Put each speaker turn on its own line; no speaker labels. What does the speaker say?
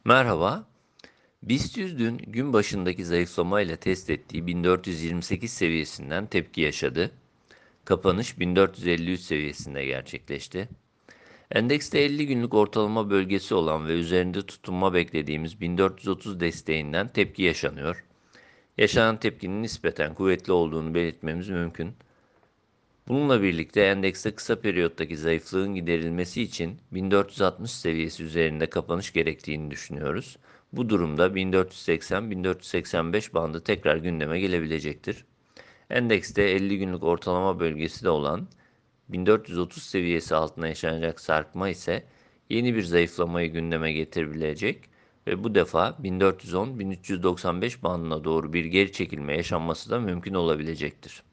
Merhaba. BIST 100 dün gün başındaki zayıflamayla test ettiği 1428 seviyesinden tepki yaşadı. Kapanış 1453 seviyesinde gerçekleşti. Endekste 50 günlük ortalama bölgesi olan ve üzerinde tutunma beklediğimiz 1430 desteğinden tepki yaşanıyor. Yaşanan tepkinin nispeten kuvvetli olduğunu belirtmemiz mümkün. Bununla birlikte endekste kısa periyottaki zayıflığın giderilmesi için 1460 seviyesi üzerinde kapanış gerektiğini düşünüyoruz. Bu durumda 1480-1485 bandı tekrar gündeme gelebilecektir. Endekste 50 günlük ortalama bölgesi de olan 1430 seviyesi altına yaşanacak sarkma ise yeni bir zayıflamayı gündeme getirebilecek ve bu defa 1410-1395 bandına doğru bir geri çekilme yaşanması da mümkün olabilecektir.